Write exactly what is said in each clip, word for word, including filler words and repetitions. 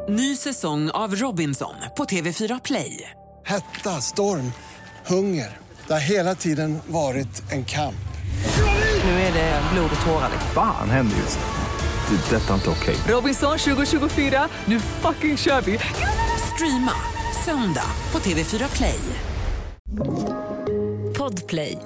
Ny säsong av Robinson på T V fyra Play. Hetta, storm, hunger. Det har hela tiden varit en kamp. Nu är det blod och tårar. Fan händer just det. Det är detta inte okej. Robinson tjugo tjugofyra, nu fucking kör vi. Streama söndag på T V fyra Play. Podplay.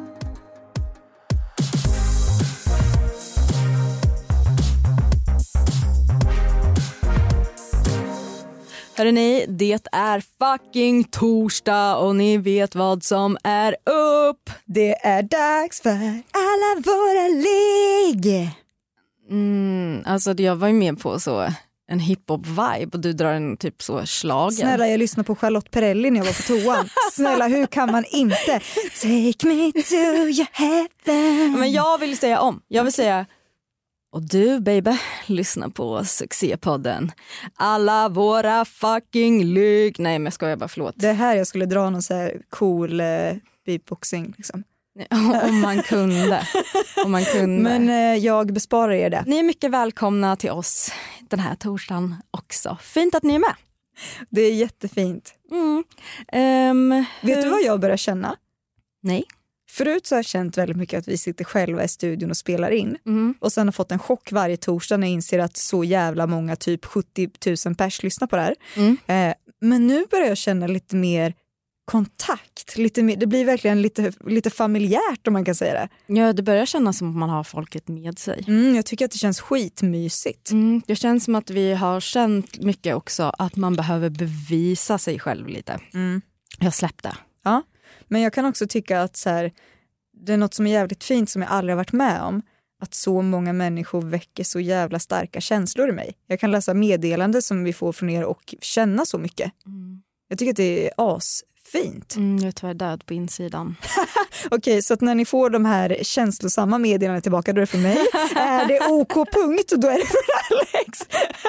Hörrni, det är fucking torsdag och ni vet vad som är upp. Det är dags för alla våra ligg. Mm, alltså jag var ju med på så en hiphop-vibe och du drar en typ så slagen. Snälla, jag lyssnade på Charlotte Perrelli när jag var på toan. Snälla, hur kan man inte? Take me to your heaven. Men jag vill säga om. Jag vill säga... Och du, baby, lyssna på succépodden. Alla våra fucking ligg. Nej, men jag skojar bara, förlåt. Det här jag skulle dra någon så här cool eh, beatboxing liksom. Om man kunde. Om man kunde. Men eh, jag besparar er det. Ni är mycket välkomna till oss den här torsdagen också. Fint att ni är med. Det är jättefint. Mm. Um, Vet hur... du vad jag börjar känna? Nej. Förut så har jag känt väldigt mycket att vi sitter själva i studion och spelar in. Mm. Och sen har fått en chock varje torsdag när jag inser att så jävla många, typ sjuttio tusen pers lyssnar på det här. Mm. Eh, men nu börjar jag känna lite mer kontakt. Lite mer, det blir verkligen lite, lite familjärt om man kan säga det. Ja, det börjar kännas som att man har folket med sig. Mm, jag tycker att det känns skitmysigt. Mm, det känns som att vi har känt mycket också att man behöver bevisa sig själv lite. Mm. Jag släppte. Ja, men jag kan också tycka att så här, det är något som är jävligt fint som jag aldrig har varit med om. Att så många människor väcker så jävla starka känslor i mig. Jag kan läsa meddelanden som vi får från er och känna så mycket. Mm. Jag tycker att det är asfint. Mm, jag är tyvärr död på insidan. Okej, okay, så att när ni får de här känslosamma meddelandena tillbaka, då är det för mig. Är det OK punkt, då är det för Alex.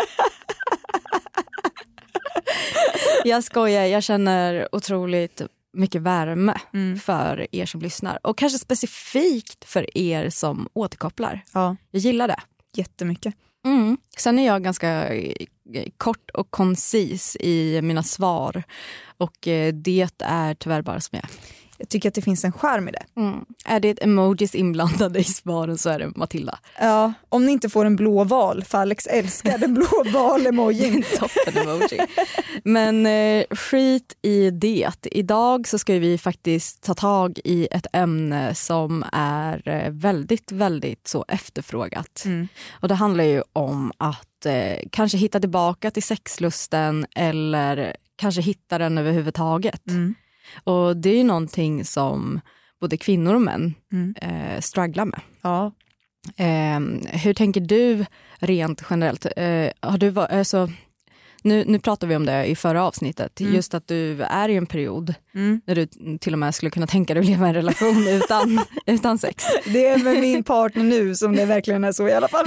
Jag skojar, jag känner otroligt mycket värme mm. för er som lyssnar. Och kanske specifikt för er som återkopplar. Ja. Jag gillar det. Jättemycket. Mm. Sen är jag ganska kort och koncis i mina svar. Och det är tyvärr bara som jag är. Jag tycker att det finns en charm i det. Mm. Är det ett emojis inblandade i svaren så är det Matilda. Ja, om ni inte får en blå val, för Alex älskar den blå val-emojin. Toppen emoji. Men eh, skit i det. Idag så ska vi faktiskt ta tag i ett ämne som är väldigt, väldigt så efterfrågat. Mm. Och det handlar ju om att eh, kanske hitta tillbaka till sexlusten eller kanske hitta den överhuvudtaget. Mm. Och det är ju någonting som både kvinnor och män mm. eh, strugglar med. Ja. Eh, hur tänker du rent generellt? Eh, har du varit, alltså, nu, nu pratar vi om det i förra avsnittet. Mm. Just att du är i en period mm. när du till och med skulle kunna tänka dig att leva i en relation utan, utan sex. Det är med min partner nu som det verkligen är så i alla fall.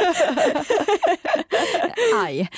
Aj.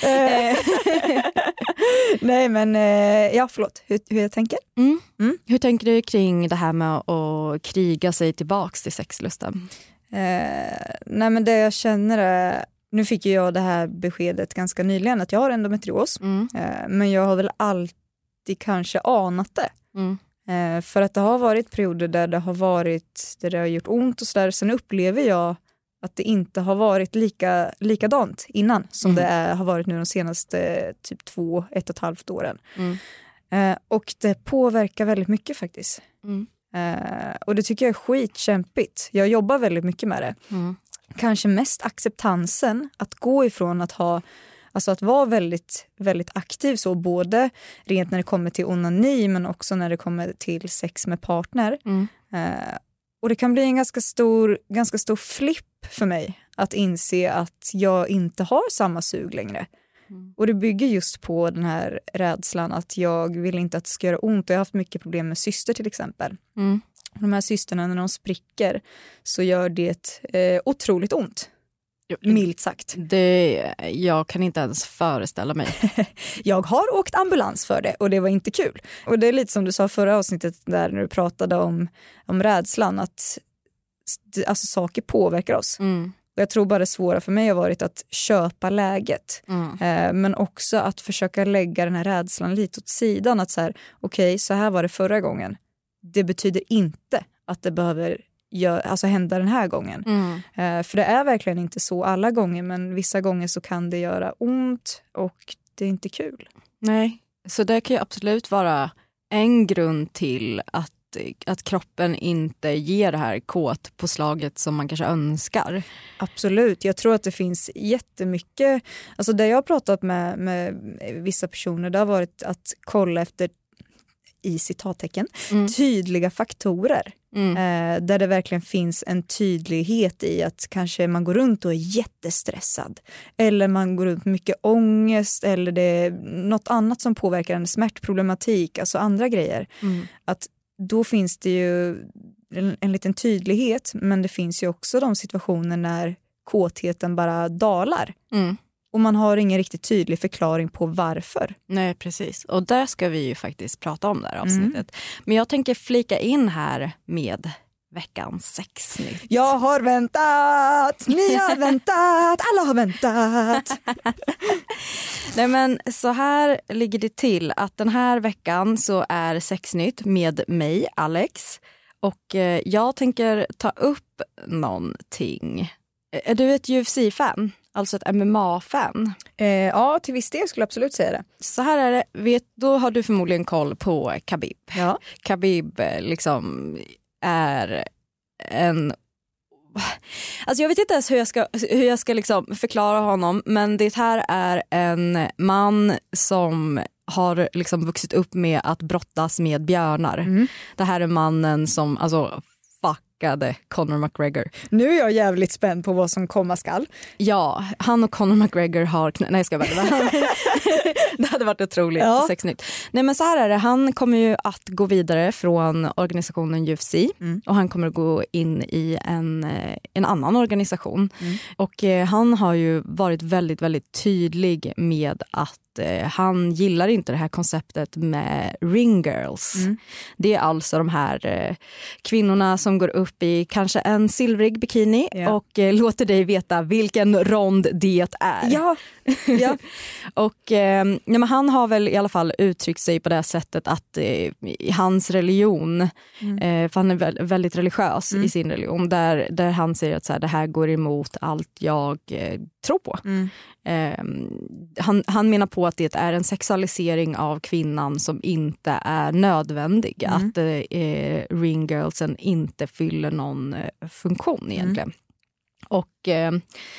Nej men, ja förlåt, hur, hur jag tänker. Mm. Mm. Hur tänker du kring det här med att kriga sig tillbaks till sexlusten? Eh, nej men det jag känner är, nu fick ju jag det här beskedet ganska nyligen att jag har endometrios. Mm. Eh, men jag har väl alltid kanske anat det. Mm. Eh, för att det har varit perioder där det har varit, där det har gjort ont och sådär. Sen upplever jag att det inte har varit lika, likadant innan som mm. det är, har varit nu de senaste typ två, ett och ett halvt åren. Mm. Eh, och det påverkar väldigt mycket faktiskt. Mm. Eh, och det tycker jag är skitkämpigt. Jag jobbar väldigt mycket med det. Mm. Kanske mest acceptansen att gå ifrån att ha, alltså att vara väldigt, väldigt aktiv så, både rent när det kommer till onani men också när det kommer till sex med partner. Mm. Eh, och det kan bli en ganska stor, ganska stor flipp för mig att inse att jag inte har samma sug längre. Mm. Och det bygger just på den här rädslan att jag vill inte att det ska göra ont. Jag har haft mycket problem med syster till exempel. Mm. De här systerna, när de spricker så gör det eh, otroligt ont. Milt sagt. Det, jag kan inte ens föreställa mig. Jag har åkt ambulans för det och det var inte kul. Och det är lite som du sa förra avsnittet där när du pratade om, om rädslan. Att alltså, saker påverkar oss. Mm. Och jag tror bara det svåra för mig har varit att köpa läget. Mm. Eh, men också att försöka lägga den här rädslan lite åt sidan. Att så här, okej, okay, så här var det förra gången. Det betyder inte att det behöver gör, alltså hända den här gången. Mm. Eh, för det är verkligen inte så alla gånger, men vissa gånger så kan det göra ont och det är inte kul. Nej, så det kan ju absolut vara en grund till att, att kroppen inte ger det här kåtpåslaget som man kanske önskar. Absolut, jag tror att det finns jättemycket, alltså det jag har pratat med, med vissa personer, det har varit att kolla efter i citattecken, mm. tydliga faktorer. Mm. Eh, där det verkligen finns en tydlighet i att kanske man går runt och är jättestressad. Eller man går runt med mycket ångest. Eller det är något annat som påverkar en smärtproblematik. Alltså andra grejer. Mm. Att då finns det ju en, en liten tydlighet. Men det finns ju också de situationer när kåtheten bara dalar. Mm. Och man har ingen riktigt tydlig förklaring på varför. Nej, precis. Och där ska vi ju faktiskt prata om det här avsnittet. Mm. Men jag tänker flika in här med veckans sexnytt. Jag har väntat, ni har väntat, alla har väntat. Nej, men så här ligger det till att den här veckan så är sexnytt med mig, Alex. Och eh, jag tänker ta upp någonting. Är du ett U F C-fan? Alltså ett M M A-fan? Eh, ja, till viss del skulle jag absolut säga det. Så här är det. Vet, då har du förmodligen koll på Khabib. Ja. Khabib liksom är en... Alltså jag vet inte ens hur jag ska, hur jag ska liksom förklara honom. Men det här är en man som har liksom vuxit upp med att brottas med björnar. Mm. Det här är mannen som... Alltså, Conor McGregor. Nu är jag jävligt spänd på vad som komma skall. Ja, han och Conor McGregor har... Knä- Nej, ska jag bara... Det hade varit otroligt ja. sexnytt. Nej, men så här är det. Han kommer ju att gå vidare från organisationen U F C. Mm. Och han kommer att gå in i en, en annan organisation. Mm. Och eh, han har ju varit väldigt, väldigt tydlig med att han gillar inte det här konceptet med ring girls. Mm. Det är alltså de här eh, kvinnorna som går upp i kanske en silvrig bikini ja. och eh, låter dig veta vilken rond det är. Ja. ja. och eh, ja, men han har väl i alla fall uttryckt sig på det sättet att eh, i hans religion, mm. eh, för han är vä- väldigt religiös mm. i sin religion, där, där han säger att så här, det här går emot allt jag eh, tror på. Mm. Eh, han, han menar på att det är en sexualisering av kvinnan som inte är nödvändig. Mm. Att eh, ringgirlsen inte fyller någon eh, funktion egentligen. Mm. Och eh,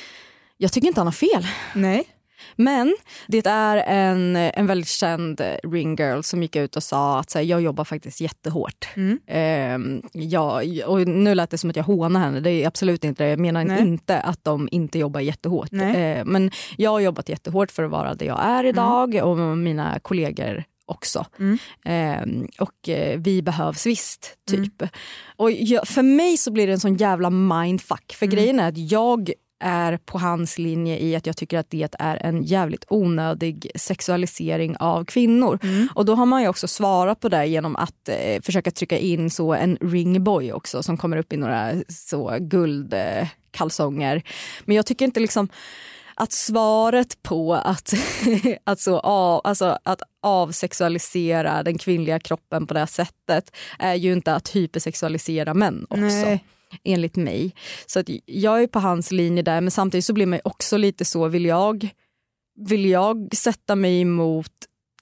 jag tycker inte han har fel. Nej. Men det är en, en väldigt känd ringgirl som gick ut och sa att så här, jag jobbar faktiskt jättehårt. Mm. Eh, jag, och nu lät det som att jag hånar henne. Det är absolut inte det. Jag menar Nej. inte att de inte jobbar jättehårt. Eh, men jag har jobbat jättehårt för att vara det jag är idag. Mm. Och mina kollegor också. Mm. Eh, och eh, vi behövs visst, typ. Mm. Och jag, för mig så blir det en sån jävla mindfuck. För mm. grejen är att jag är på hans linje i att jag tycker att det är en jävligt onödig sexualisering av kvinnor. Mm. Och då har man ju också svarat på det genom att eh, försöka trycka in så en ringboy också som kommer upp i några så guldkalsonger. Eh, Men jag tycker inte liksom att svaret på att, att, så, av, alltså, att avsexualisera den kvinnliga kroppen på det här sättet är ju inte att hypersexualisera män också. Nej. Enligt mig. Så att jag är på hans linje där, men samtidigt så blir man också lite så, vill jag vill jag sätta mig emot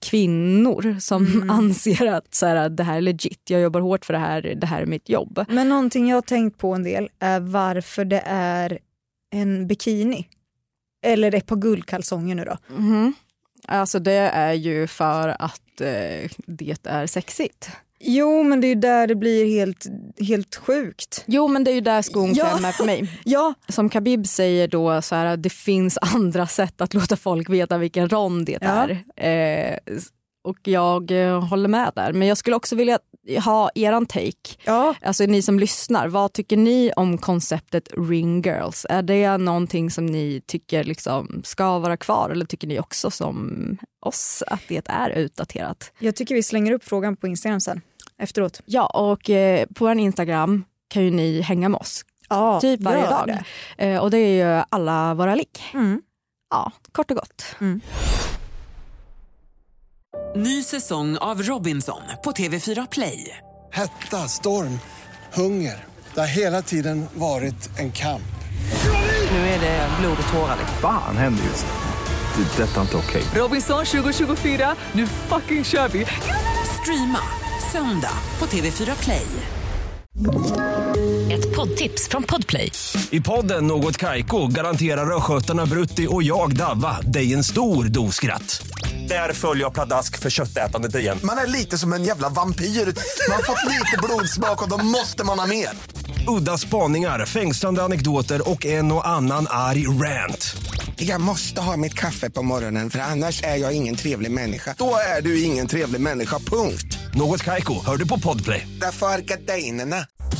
kvinnor som mm. anser att så här, det här är legit, jag jobbar hårt för det här, det här är mitt jobb. Men någonting jag har tänkt på en del är varför det är en bikini. Eller ett par guldkalsonger nu då. Mm. Alltså det är ju för att eh, det är sexigt. Jo, men det är ju där det blir helt, helt sjukt. Jo, men det är ju där skon ja. klämmer för mig. Ja. Som Khabib säger då så här, det finns andra sätt att låta folk veta vilken rond det ja. är. Eh, och jag eh, håller med där. Men jag skulle också vilja ha eran take. Ja. Alltså ni som lyssnar, vad tycker ni om konceptet ring girls? Är det någonting som ni tycker liksom ska vara kvar, eller tycker ni också som oss att det är utdaterat? Jag tycker vi slänger upp frågan på Instagram sen efteråt. Ja, och eh, på vår Instagram kan ju ni hänga med oss. Ja, typ varje gör dag. det. Eh, och det är ju alla våra ligg. Mm. Ja, kort och gott. Mm. Ny säsong av Robinson på T V fyra Play. Hetta, storm, hunger. Det har hela tiden varit en kamp. Nu är det blod och tårar. Fan händer just det. Det är detta inte okej. Robinson tjugo tjugofyra, nu fucking kör vi. Streama söndag på T V fyra Play. Ett poddtips från Podplay. I podden Något Kaiko garanterar östgötarna Brutti och jag Davva dig en stor dos skratt. Där följer jag pladask för köttätandet igen. Man är lite som en jävla vampyr. Man har fått lite blodsmak och då måste man ha mer. Udda spaningar, fängslande anekdoter och en och annan arg rant. Jag måste ha mitt kaffe på morgonen för annars är jag ingen trevlig människa. Då är du ingen trevlig människa, punkt. Något Kaiko, hör du på Podplay. Därför är gardinerna.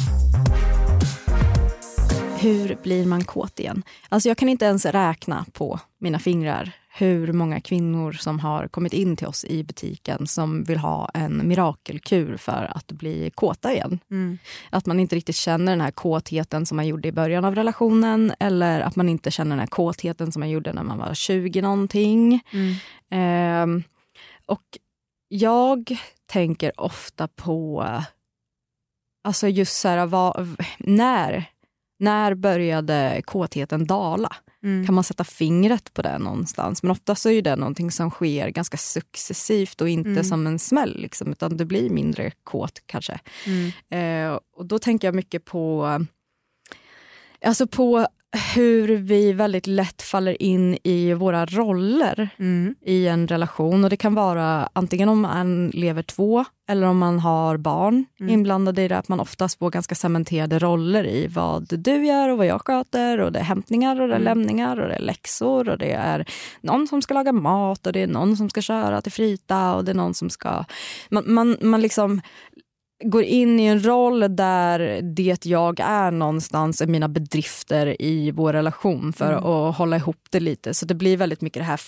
Hur blir man kåt igen? Alltså jag kan inte ens räkna på mina fingrar hur många kvinnor som har kommit in till oss i butiken som vill ha en mirakelkur för att bli kåta igen. Mm. Att man inte riktigt känner den här kåtheten som man gjorde i början av relationen, eller att man inte känner den här kåtheten som man gjorde när man var tjugo någonting. Mm. Eh, och jag tänker ofta på alltså just så här, vad, när när började kåtheten dala? Mm. Kan man sätta fingret på det någonstans? Men ofta så är det någonting som sker ganska successivt och inte mm. som en smäll liksom, utan det blir mindre kåt kanske. Mm. Eh, och då tänker jag mycket på alltså på hur vi väldigt lätt faller in i våra roller mm. i en relation. Och det kan vara antingen om man lever två eller om man har barn mm. inblandade i det. Att man oftast får ganska cementerade roller i vad du gör och vad jag sköter. Och det är hämtningar och det är mm. lämningar och det är läxor. Och det är någon som ska laga mat och det är någon som ska köra till Frita. Och det är någon som ska... Man, man, man liksom... går in i en roll där det jag är någonstans är mina bedrifter i vår relation för mm. att hålla ihop det lite. Så det blir väldigt mycket det här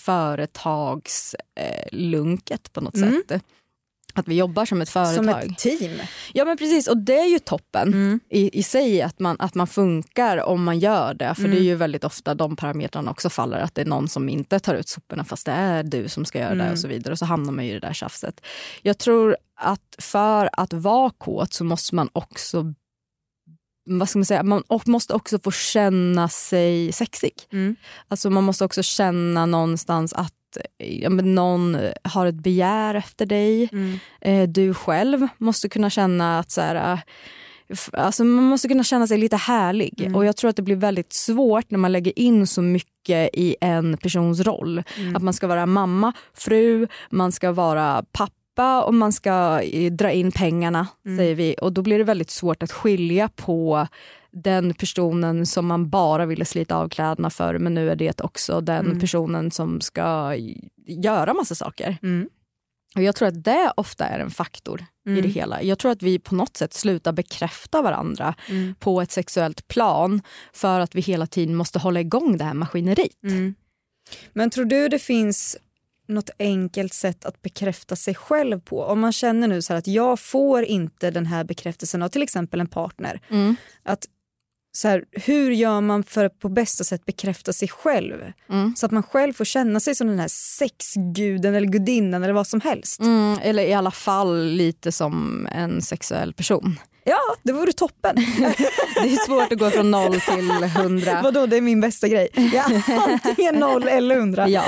företagslunket eh, på något mm. sätt. Att vi jobbar som ett företag. Som ett team. Ja men precis, och det är ju toppen mm. i, i sig att man, att man funkar om man gör det. För mm. det är ju väldigt ofta de parametrarna också faller. Att det är någon som inte tar ut soporna fast det är du som ska göra mm. det och så vidare. Och så hamnar man ju i det där tjafset. Jag tror att för att vara kåt så måste man också, vad ska man säga, man måste också få känna sig sexig. Mm. Alltså man måste också känna någonstans att ja, men någon har ett begär efter dig. Mm. Eh, du själv måste kunna känna att så här, alltså man måste kunna känna sig lite härlig. Mm. Och jag tror att det blir väldigt svårt när man lägger in så mycket i en persons roll. Mm. Att man ska vara mamma, fru, man ska vara pappa och man ska dra in pengarna, mm. säger vi. Och då blir det väldigt svårt att skilja på den personen som man bara ville slita av kläderna för, men nu är det också den mm. personen som ska göra massa saker. Mm. Och jag tror att det ofta är en faktor mm. i det hela. Jag tror att vi på något sätt slutar bekräfta varandra mm. på ett sexuellt plan för att vi hela tiden måste hålla igång det här maskineriet. Mm. Men tror du det finns något enkelt sätt att bekräfta sig själv på? Om man känner nu så här att jag får inte den här bekräftelsen av till exempel en partner. Mm. Att så här, hur gör man för att på bästa sätt bekräfta sig själv? Mm. Så att man själv får känna sig som den här sexguden eller gudinnan eller vad som helst. Mm, eller i alla fall lite som en sexuell person. Ja, det vore toppen. Det är svårt att gå från noll till hundra. Vadå, det är min bästa grej. Ja, antingen noll eller hundra. Ja.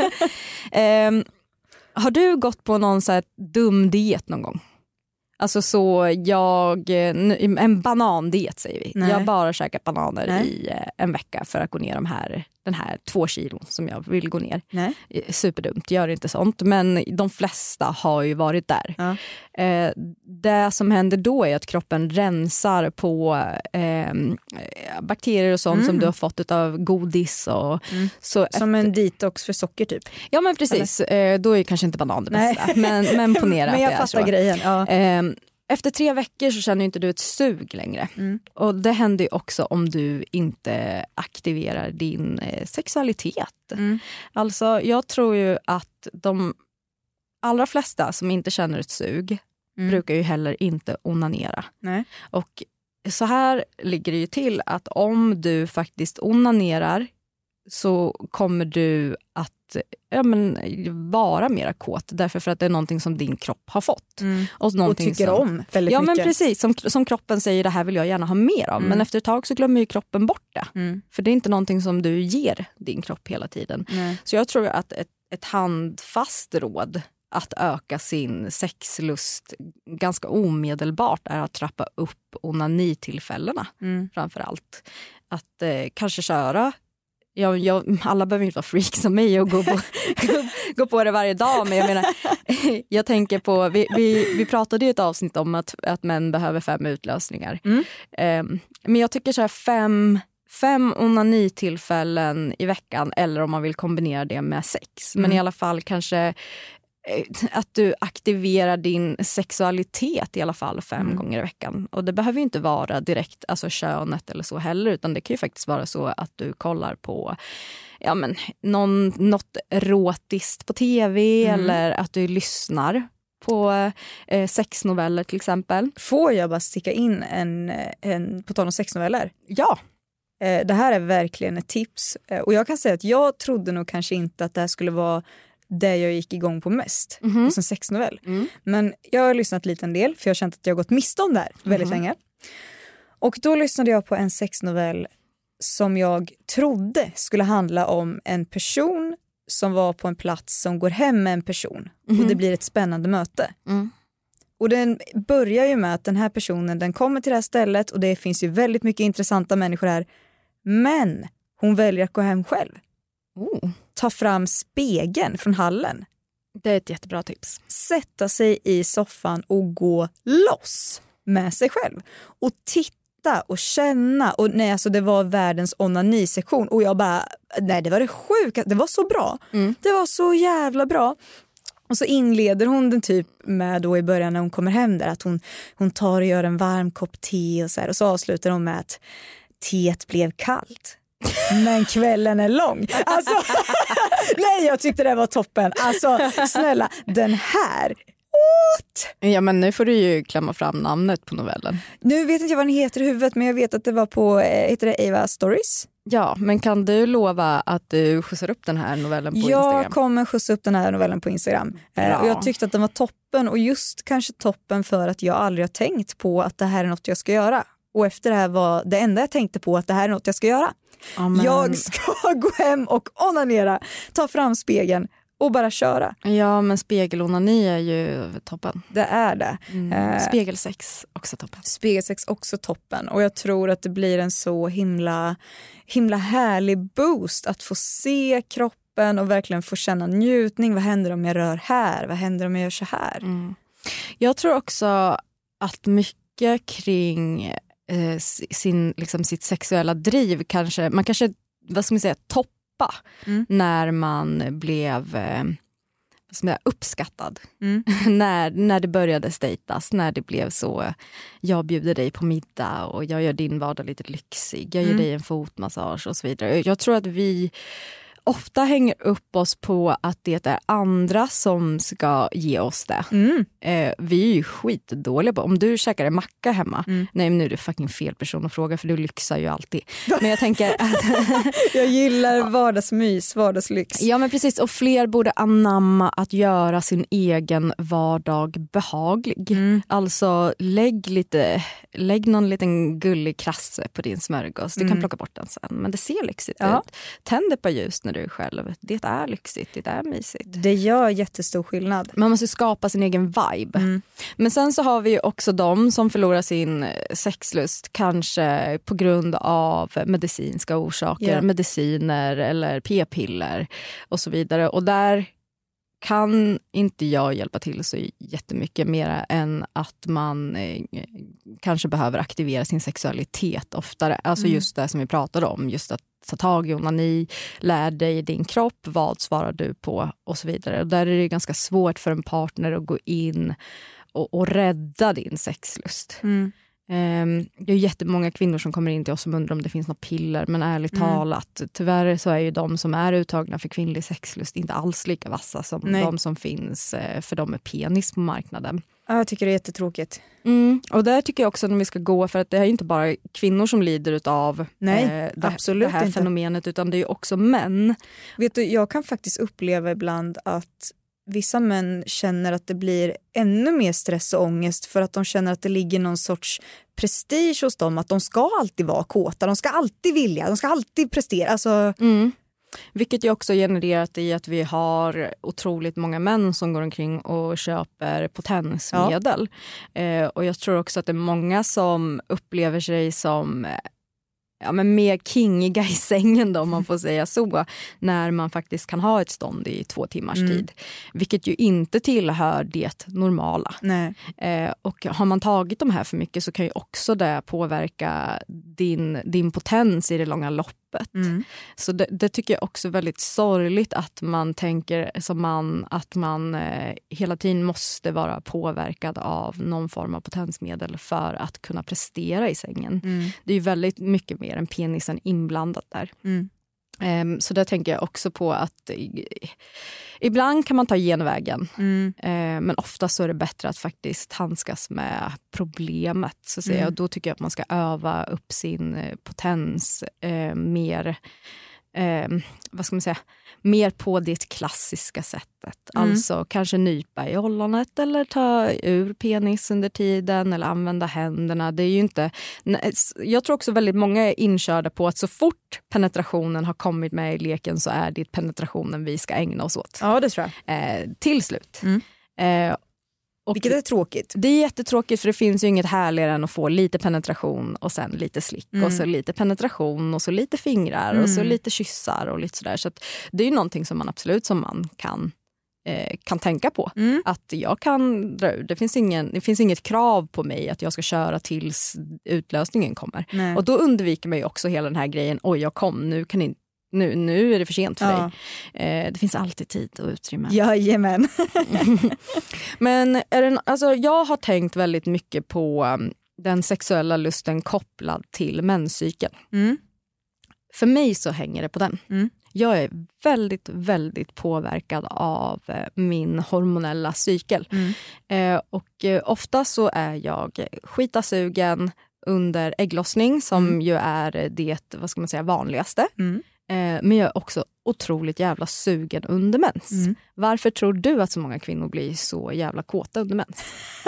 um, har du gått på någon så här dum diet någon gång? Alltså så jag, en banandiet säger vi. Nej. Jag bara käkat bananer Nej. i en vecka för att gå ner de här, den här två kilo som jag vill gå ner. Nej. Superdumt, gör inte sånt. Men de flesta har ju varit där. Ja. Eh, det som händer då är att kroppen rensar på eh, bakterier och sånt mm. som du har fått av godis. Och, mm. så som efter... en detox för socker typ. Ja men precis, eh, då är kanske inte banan det bästa. Men, men ponera men jag att fattar det är så. Grejen. Ja. Eh, Efter tre veckor så känner inte du ett sug längre. Mm. Och det händer ju också om du inte aktiverar din eh, sexualitet. Mm. Alltså jag tror ju att de allra flesta som inte känner ett sug mm. brukar ju heller inte onanera. Nej. Och så här ligger det ju till att om du faktiskt onanerar så kommer du att ja, men, vara mera kåt. Därför för att det är någonting som din kropp har fått. Mm. Och, och tycker som, om väldigt ja, mycket. Ja men precis, som, som kroppen säger det här vill jag gärna ha mer av. Mm. Men efter ett tag så glömmer ju kroppen bort det. Mm. För det är inte någonting som du ger din kropp hela tiden. Mm. Så jag tror att ett, ett handfast råd att öka sin sexlust ganska omedelbart är att trappa upp onanitillfällena mm. framför allt. Att eh, kanske köra, jag, jag, alla behöver inte vara freak som mig och gå på, gå, gå på det varje dag, men jag menar, jag tänker på, vi, vi, vi pratade ju ett avsnitt om att, att män behöver fem utlösningar. Mm. Eh, men jag tycker så här fem... Fem onanitillfällen i veckan, eller om man vill kombinera det med sex. Men mm. i alla fall kanske att du aktiverar din sexualitet i alla fall fem mm. gånger i veckan. Och det behöver ju inte vara direkt alltså könet eller så heller, utan det kan ju faktiskt vara så att du kollar på ja, men, någon, något erotiskt på tv mm. eller att du lyssnar på eh, sexnoveller till exempel. Får jag bara sticka in en, en på tal om sexnoveller? Ja. Eh, det här är verkligen ett tips. Eh, och jag kan säga att jag trodde nog kanske inte att det här skulle vara det jag gick igång på mest. Mm-hmm. Hos en sexnovell. Mm. Men jag har lyssnat lite en del, för jag har känt att jag har gått miste om det här väldigt mm-hmm. länge. Och då lyssnade jag på en sexnovell som jag trodde skulle handla om en person som var på en plats som går hem med en person. Mm-hmm. Och det blir ett spännande möte. Mm. Och den börjar ju med att den här personen, den kommer till det här stället och det finns ju väldigt mycket intressanta människor här. Men hon väljer att gå hem själv. Oh. Ta fram spegeln från hallen. Det är ett jättebra tips. Sätta sig i soffan och gå loss med sig själv. Och titta och känna. Och nej, alltså det var världens onanisektion. Och jag bara, nej det var det sjuka. Det var så bra. Mm. Det var så jävla bra. Och så inleder hon den typ med då i början när hon kommer hem där. Att hon, hon tar och gör en varm kopp te och så här. Och så avslutar hon med att teet blev kallt. Men kvällen är lång. Alltså, nej, jag tyckte det var toppen. Alltså, snälla, den här. What? Ja, men nu får du ju klämma fram namnet på novellen. Nu vet inte jag vad den heter i huvudet, men jag vet att det var på, heter det Eva Stories? Ja, men kan du lova att du skjutsar upp den här novellen på jag Instagram? Jag kommer skjutsa upp den här novellen på Instagram. Eh, och jag tyckte att den var toppen, och just kanske toppen för att jag aldrig har tänkt på att det här är något jag ska göra. Och efter det här var det enda jag tänkte på att det här är något jag ska göra. Amen. Jag ska gå hem och onanera, ta fram spegeln och bara köra. Ja, men spegelonani är ju toppen. Det är det. Mm. Eh, Spegelsex också toppen. Spegelsex också toppen. Och jag tror att det blir en så himla, himla härlig boost att få se kroppen och verkligen få känna njutning. Vad händer om jag rör här? Vad händer om jag gör så här? Mm. Jag tror också att mycket kring sin, liksom, sitt sexuella driv kanske, man kanske, vad ska man säga, toppa mm. när man blev eh, vad ska man säga, uppskattad. Mm. när, när det började statas, när det blev så, jag bjuder dig på middag och jag gör din vardag lite lyxig, jag ger mm. dig en fotmassage och så vidare. Jag tror att vi ofta hänger upp oss på att det är andra som ska ge oss det. Mm. Eh, vi är ju skitdåliga på, om du käkar en macka hemma, mm. nej men nu är du fucking fel person att fråga, för du lyxar ju alltid. Men jag tänker att jag gillar vardagsmys, vardagslyx. Ja men precis, och fler borde anamma att göra sin egen vardag behaglig. Mm. Alltså lägg lite, lägg någon liten gullig krasse på din smörgås. Du mm. kan plocka bort den sen, men det ser lyxigt ja. ut. Tänd ett par ljus när du är själv. Det är lyxigt, det är mysigt. Det gör jättestor skillnad. Man måste skapa sin egen vibe. Mm. Men sen så har vi ju också de som förlorar sin sexlust kanske på grund av medicinska orsaker, yeah. mediciner eller p-piller och så vidare. Och där kan inte jag hjälpa till så jättemycket mer än att man eh, kanske behöver aktivera sin sexualitet oftare. Alltså mm. just det som vi pratade om, just att ta tag i onani, lär dig din kropp, vad svarar du på och så vidare. Och där är det ganska svårt för en partner att gå in och, och rädda din sexlust. Mm. Um, det är jättemånga kvinnor som kommer in till oss som undrar om det finns något piller, men ärligt mm. talat, tyvärr så är ju de som är uttagna för kvinnlig sexlust inte alls lika vassa som Nej. de som finns uh, för de med penis på marknaden. Ja, jag tycker det är jättetråkigt. Mm. Och där tycker jag också att vi ska gå, för att det är inte bara kvinnor som lider av Nej, eh, det, absolut det här inte. fenomenet, utan det är ju också män. Vet du, jag kan faktiskt uppleva ibland att vissa män känner att det blir ännu mer stress och ångest för att de känner att det ligger någon sorts prestige hos dem, att de ska alltid vara kåta, de ska alltid vilja, de ska alltid prestera. Alltså... Mm. Vilket ju också genererat i att vi har otroligt många män som går omkring och köper potensmedel. Ja. Eh, och jag tror också att det är många som upplever sig som ja, men mer kingiga i sängen då, om man får säga så, när man faktiskt kan ha ett stånd i två timmars mm. tid. Vilket ju inte tillhör det normala. Nej. Eh, och har man tagit de här för mycket så kan ju också det påverka din, din potens i det långa loppet. Mm. Så det, det tycker jag också är väldigt sorgligt, att man tänker som man att man eh, hela tiden måste vara påverkad av någon form av potensmedel för att kunna prestera i sängen. Mm. Det är ju väldigt mycket mer än penisen inblandat där. Mm. Um, så där tänker jag också på att i, ibland kan man ta genvägen, mm. uh, men ofta så är det bättre att faktiskt handskas med problemet, så att säga. Mm. Och då tycker jag att man ska öva upp sin potens uh, mer uh, vad ska man säga, mer på det klassiska sättet. Mm. Alltså kanske nypa i ollonet eller ta ur penis under tiden eller använda händerna. Det är ju inte... Jag tror också väldigt många är inkörda på att så fort penetrationen har kommit med i leken så är det penetrationen vi ska ägna oss åt. Ja, det tror jag. Eh, till slut. Mm. Eh, och Vilket är tråkigt. Det är jättetråkigt, för det finns ju inget härligare än att få lite penetration och sen lite slick mm. och så lite penetration och så lite fingrar mm. och så lite kyssar och lite sådär. Så att det är ju någonting som man absolut som man kan, eh, kan tänka på. Mm. Att jag kan dra ur. Det finns, ingen, det finns inget krav på mig att jag ska köra tills utlösningen kommer. Nej. Och då undviker man ju också hela den här grejen, oj jag kom, nu kan inte Nu, nu är det för sent för ja. dig. Eh, det finns alltid tid och utrymme. Jajamän. Men är det, alltså, jag har tänkt väldigt mycket på um, den sexuella lusten kopplad till menscykeln. Mm. För mig så hänger det på den. Mm. Jag är väldigt, väldigt påverkad av eh, min hormonella cykel. Mm. Eh, och eh, ofta så är jag skitasugen under ägglossning, som mm. ju är det, vad ska man säga, vanligaste. Mm. Men jag är också otroligt jävla sugen under mens. Mm. Varför tror du att så många kvinnor blir så jävla kåta under mens?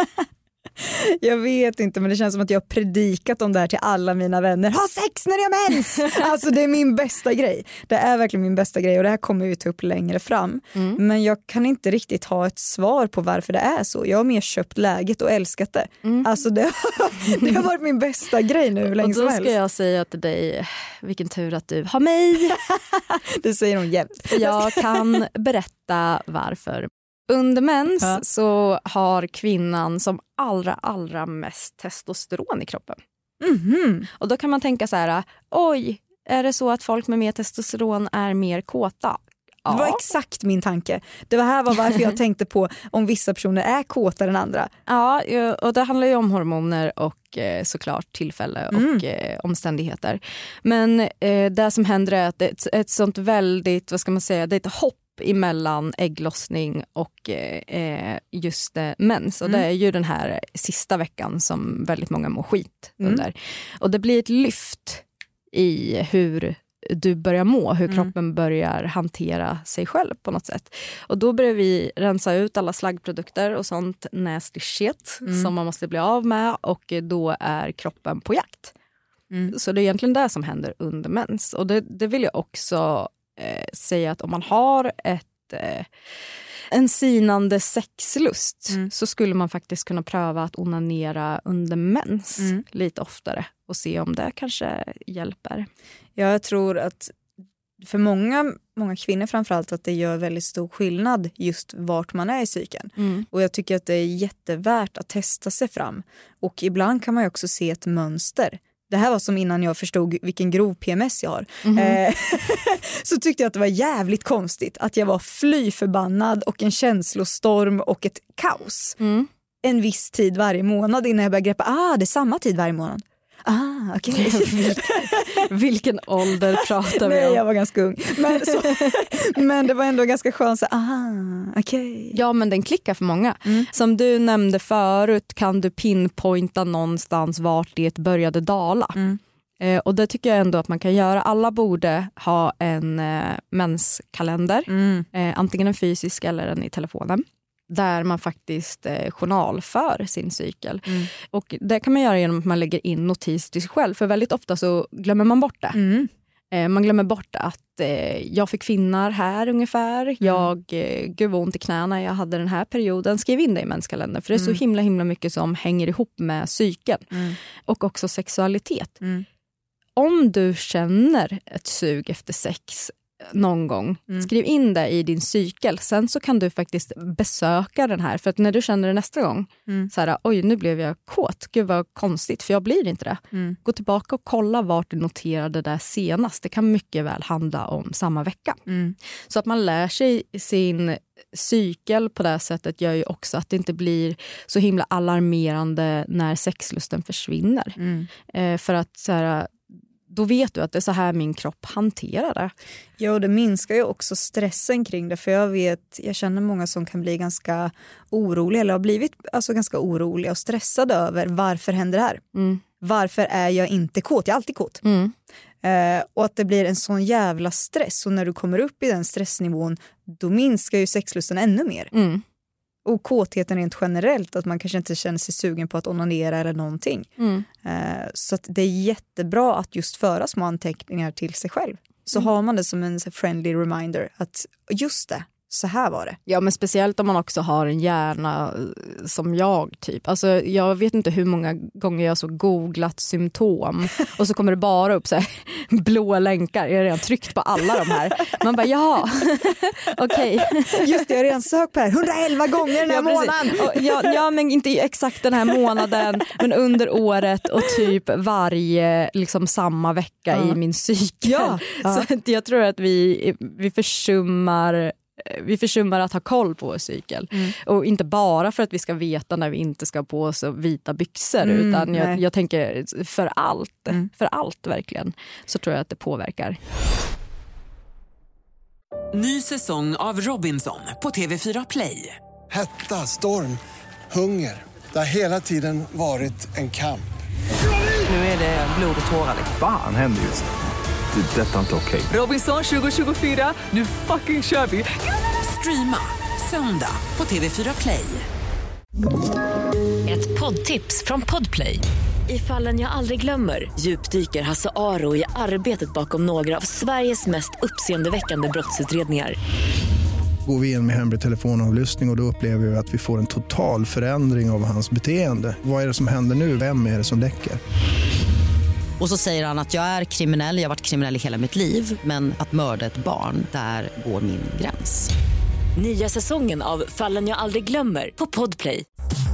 Jag vet inte, men det känns som att jag har predikat om det här till alla mina vänner. Ha sex när jag har mens! Alltså det är min bästa grej. Det är verkligen min bästa grej, och det här kommer vi ta upp längre fram. Mm. Men jag kan inte riktigt ha ett svar på varför det är så. Jag har mer köpt läget och älskat det. Mm. Alltså det, det har varit min bästa grej nu hur länge som helst. Och då ska jag säga till dig, vilken tur att du har mig. Det säger hon jämt. Jag kan berätta varför. Under mens ja. så har kvinnan som allra, allra mest testosteron i kroppen. Mm-hmm. Och då kan man tänka så här, oj, är det så att folk med mer testosteron är mer kåta? Ja. Det var exakt min tanke. Det var här var varför jag tänkte på om vissa personer är kåtare än andra. Ja, och det handlar ju om hormoner och såklart tillfälle och mm. omständigheter. Men eh, det som händer är att det är ett, ett sånt väldigt, vad ska man säga, det är ett hopp emellan ägglossning och eh, just eh, mens. Och mm. det är ju den här sista veckan som väldigt många mår skit mm. under. Och det blir ett lyft i hur du börjar må, hur mm. kroppen börjar hantera sig själv på något sätt. Och då börjar vi rensa ut alla slaggprodukter och sånt nasty shit mm. som man måste bli av med, och då är kroppen på jakt. Mm. Så det är egentligen det som händer under mens. Och det, det vill jag också eh, säga, att om man har ett eh, en sinande sexlust mm. så skulle man faktiskt kunna pröva att onanera under mens mm. lite oftare och se om det kanske hjälper. Jag tror att för många, många kvinnor framförallt, att det gör väldigt stor skillnad just vart man är i cykeln. Mm. Och jag tycker att det är jättevärt att testa sig fram. Och ibland kan man ju också se ett mönster. Det här var som innan jag förstod vilken grov P M S jag har. Mm-hmm. Eh, så tyckte jag att det var jävligt konstigt att jag var fly förbannad och en känslostorm och ett kaos. Mm. en viss tid varje månad innan jag började greppa, ah det är samma tid varje månad. Ah, okej. Okay. Vilken ålder pratar vi om? Nej, jag var ganska ung. Men, så, men det var ändå ganska skönt så, ah, okej. Okay. Ja, men den klickar för många. Mm. Som du nämnde förut kan du pinpointa någonstans vart det började dala. Mm. Eh, och det tycker jag ändå att man kan göra. Alla borde ha en eh, menskalender. Mm. Eh, antingen en fysisk eller en i telefonen. Där man faktiskt eh, journalför sin cykel. Mm. Och det kan man göra genom att man lägger in notis till sig själv. För väldigt ofta så glömmer man bort det. Mm. Eh, man glömmer bort att eh, jag fick finnar här ungefär. Mm. Jag, eh, gud vad ont i knäna jag hade den här perioden. Skriv in det i menskalendern. För det är mm. så himla himla mycket som hänger ihop med cykeln. Mm. Och också sexualitet. Mm. Om du känner ett sug efter sex någon gång, mm. skriv in det i din cykel. Sen så kan du faktiskt besöka den här. För att när du känner det nästa gång, mm. så här, oj nu blev jag kåt. Gud vad konstigt, för jag blir inte det. Mm. Gå tillbaka och kolla vart du noterade det senast. Det kan mycket väl handla om samma vecka. Mm. Så att man lär sig sin cykel på det sättet gör ju också att det inte blir så himla alarmerande när sexlusten försvinner. Mm. Eh, för att så här, då vet du att det är så här min kropp hanterar det. Ja, och det minskar ju också stressen kring det. För jag vet, jag känner många som kan bli ganska oroliga eller har blivit alltså ganska oroliga och stressade över varför händer det här? Mm. Varför är jag inte kåt? Jag är alltid kåt. Mm. Eh, och att det blir en sån jävla stress. Och när du kommer upp i den stressnivån, då minskar ju sexlusten ännu mer. Mm. Och kåtheten rent generellt, att man kanske inte känner sig sugen på att onanera eller någonting. Mm. Eh, så att det är jättebra att just föra små anteckningar till sig själv. Så mm. har man det som en friendly reminder att just det, så här var det. Ja, men speciellt om man också har en hjärna som jag typ. Alltså jag vet inte hur många gånger jag så googlat symptom och så kommer det bara upp så här blå länkar. Jag har redan tryckt på alla de här. Man bara, ja, okej. Okay. Just det, jag har redan sökt på här hundraelva gånger den här ja, månaden. Och, ja, ja, men inte exakt den här månaden, men under året och typ varje liksom samma vecka ja. i min cykel. Ja. Ja. Så jag tror att vi, vi försummar Vi försummar att ha koll på vår cykel. Mm. Och inte bara för att vi ska veta när vi inte ska på oss vita byxor. Mm, utan jag, jag tänker för allt. Mm. För allt verkligen. Så tror jag att det påverkar. Ny säsong av Robinson på T V fyra Play. Hetta, storm, hunger. Det har hela tiden varit en kamp. Nu är det blod och tårar. Fan händer just det. Det är detta inte okej. Okay. Robinson tjugo tjugofyra, nu fucking kör vi. Streama söndag på T V fyra Play. Ett poddtips från Podplay. I Fallen jag aldrig glömmer djupdyker Hasse Aro i arbetet bakom några av Sveriges mest uppseendeväckande brottsutredningar. Går vi in med hemlig telefonavlyssning och, och då upplever vi att vi får en total förändring av hans beteende. Vad är det som händer nu? Vem är det som läcker? Och så säger han att jag är kriminell, jag har varit kriminell i hela mitt liv. Men att mörda ett barn, där går min gräns. Nya säsongen av Fallen jag aldrig glömmer på Podplay.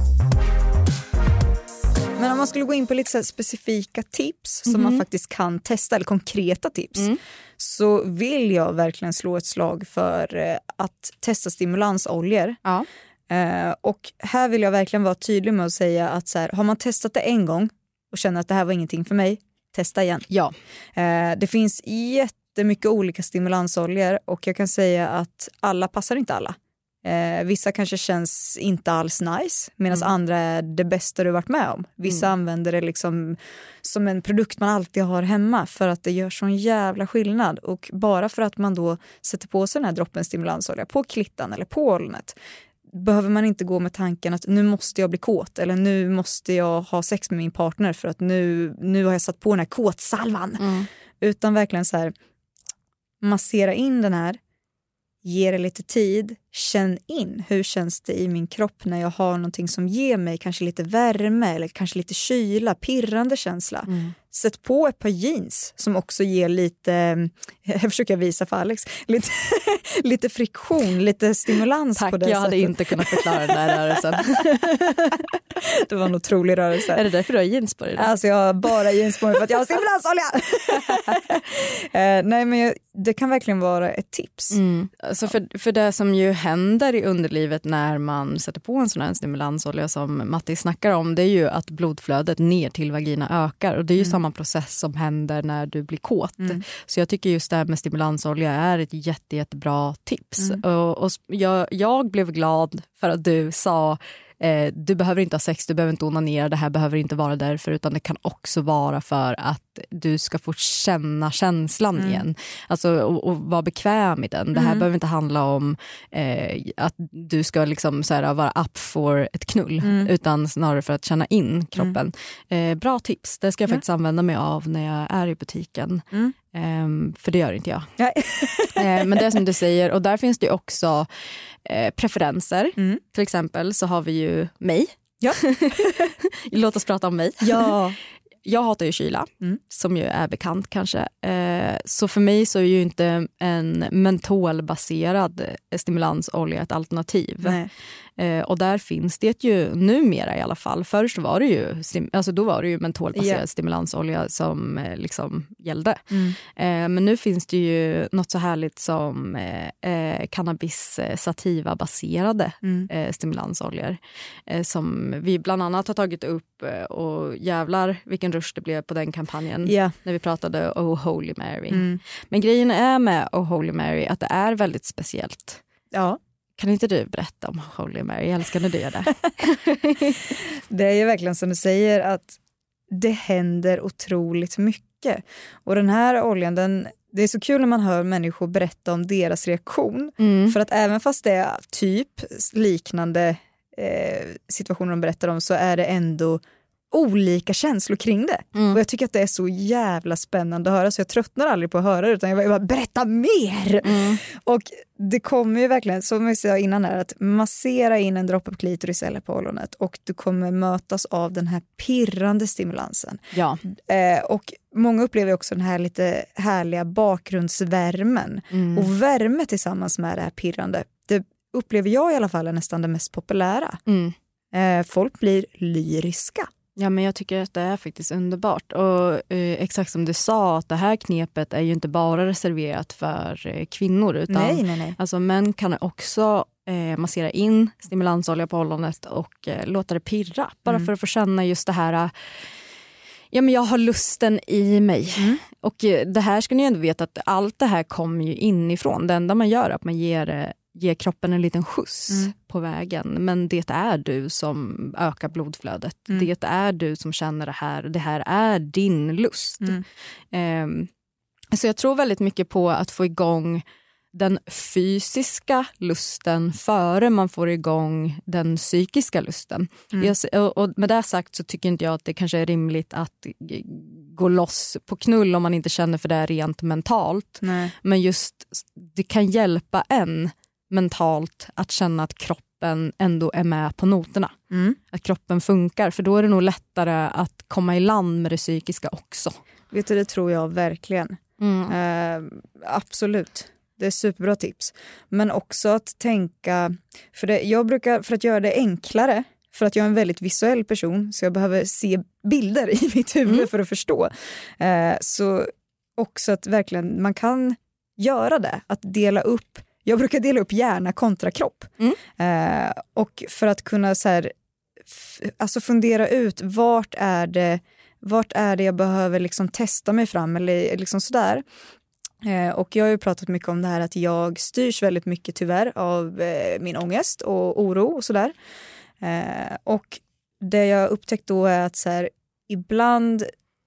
Men om man skulle gå in på lite så här specifika tips som mm. man faktiskt kan testa, eller konkreta tips, mm. så vill jag verkligen slå ett slag för att testa stimulansoljor. Ja. Uh, och här vill jag verkligen vara tydlig med att säga att så här, har man testat det en gång och känner att det här var ingenting för mig, testa igen. Ja. Eh, det finns jättemycket olika stimulansoljor och jag kan säga att alla passar inte alla. Eh, vissa kanske känns inte alls nice medan mm. andra är det bästa du varit med om. Vissa mm. använder det liksom som en produkt man alltid har hemma för att det gör sån jävla skillnad. Och bara för att man då sätter på sig den här droppen stimulansolja på klittan eller på olnet, behöver man inte gå med tanken att nu måste jag bli kåt eller nu måste jag ha sex med min partner för att nu, nu har jag satt på den här kåtsalvan. Mm. Utan verkligen så här, massera in den här, ge det lite tid, känn in hur känns det i min kropp när jag har någonting som ger mig kanske lite värme eller kanske lite kyla, pirrande känsla. Mm. sätt på ett par jeans som också ger lite, jag försöker visa för Alex, lite, lite friktion, lite stimulans. Tack, på det jag sättet. hade inte kunnat förklara den här rörelsen. Det var en otrolig rörelse. Är det därför du har jeans på dig då? Alltså jag har bara jeans på mig för att jag har stimulansolja. eh, nej men jag, det kan verkligen vara ett tips. Mm. Alltså för, för det som ju händer i underlivet när man sätter på en sån här stimulansolja som Matti snackar om, det är ju att blodflödet ner till vagina ökar. Och det är ju mm. samma process som händer när du blir kåt. Mm. Så jag tycker just det här med stimulansolja är ett jätte, jättebra tips. Mm. Och, och jag, jag blev glad för att du sa Eh, du behöver inte ha sex, du behöver inte onanera, det här behöver inte vara därför, utan det kan också vara för att du ska få känna känslan mm. igen. Alltså och, och vara bekväm i den. Det här mm. behöver inte handla om eh, att du ska liksom så här, vara up for ett knull, mm. utan snarare för att känna in kroppen. Mm. Eh, bra tips, det ska jag ja. faktiskt använda mig av när jag är i butiken. Mm. Um, för det gör inte jag. uh, men det är som du säger, och där finns det också uh, preferenser. Mm. Till exempel så har vi ju mig. Ja. Låt oss prata om mig. Ja. Jag hatar ju kyla, mm. som ju är bekant kanske. Uh, så för mig så är ju inte en mentolbaserad stimulansolja ett alternativ. Nej. Uh, och där finns det ju numera i alla fall. Först var det ju, alltså då var det ju mentolbaserad yeah. stimulansolja som uh, liksom gällde. Mm. Uh, men nu finns det ju något så härligt som uh, uh, cannabis sativa baserade mm. uh, stimulansoljor. Uh, som vi bland annat har tagit upp uh, och jävlar vilken rush det blev på den kampanjen. Yeah. När vi pratade Oh Holy Mary. Mm. Men grejen är med Oh Holy Mary att det är väldigt speciellt. Ja. Kan inte du berätta om Holy Mary? Jag älskar när du gör det. Det är ju verkligen som du säger att det händer otroligt mycket. Och den här oljan, den, det är så kul när man hör människor berätta om deras reaktion. Mm. För att även fast det är typ liknande eh, situationer de berättar om, så är det ändå olika känslor kring det. Mm. Och jag tycker att det är så jävla spännande att höra, så jag tröttnar aldrig på att höra det, utan jag bara, jag bara berätta mer! Mm. Och det kommer ju verkligen, som jag sa innan här, att massera in en droppe på klitoris eller på ollonet och du kommer mötas av den här pirrande stimulansen. Ja. Eh, och många upplever också den här lite härliga bakgrundsvärmen. Mm. Och värme tillsammans med det här pirrande, det upplever jag i alla fall är nästan det mest populära. Mm. Eh, folk blir lyriska. Ja, men jag tycker att det är faktiskt underbart. Och eh, exakt som du sa, att det här knepet är ju inte bara reserverat för eh, kvinnor. Utan nej, nej, nej. Alltså, män kan också eh, massera in stimulansolja på ollonet och eh, låta det pirra. Bara mm. för att få känna just det här... Eh, ja, men jag har lusten i mig. Mm. Och eh, det här ska ni ändå veta att allt det här kommer ju inifrån. Det enda man gör är att man ger... Eh, Ge kroppen en liten skjuts mm. på vägen. Men det är du som ökar blodflödet. Mm. Det är du som känner det här. Det här är din lust. Mm. Um, så jag tror väldigt mycket på att få igång den fysiska lusten före man får igång den psykiska lusten. Mm. Jag, och med det sagt så tycker inte jag att det kanske är rimligt att gå loss på knull om man inte känner för det rent mentalt. Nej. Men just det kan hjälpa en mentalt att känna att kroppen ändå är med på noterna. Mm. Att kroppen funkar, för då är det nog lättare att komma i land med det psykiska också. Vet du, det tror jag verkligen. Mm. Eh, absolut. Det är superbra tips. Men också att tänka, för det, jag brukar, för att göra det enklare, för att jag är en väldigt visuell person så jag behöver se bilder i mitt huvud mm. för att förstå. Eh, så också att verkligen man kan göra det, att dela upp. Jag brukar dela upp hjärna kontra kropp. Mm. Eh, och för att kunna så här, f- alltså fundera ut vart är det, vart är det jag behöver liksom testa mig fram eller liksom sådär. Eh, och jag har ju pratat mycket om det här att jag styrs väldigt mycket tyvärr av eh, min ångest och oro och sådär. Eh, och det jag upptäckt då är att så här, ibland...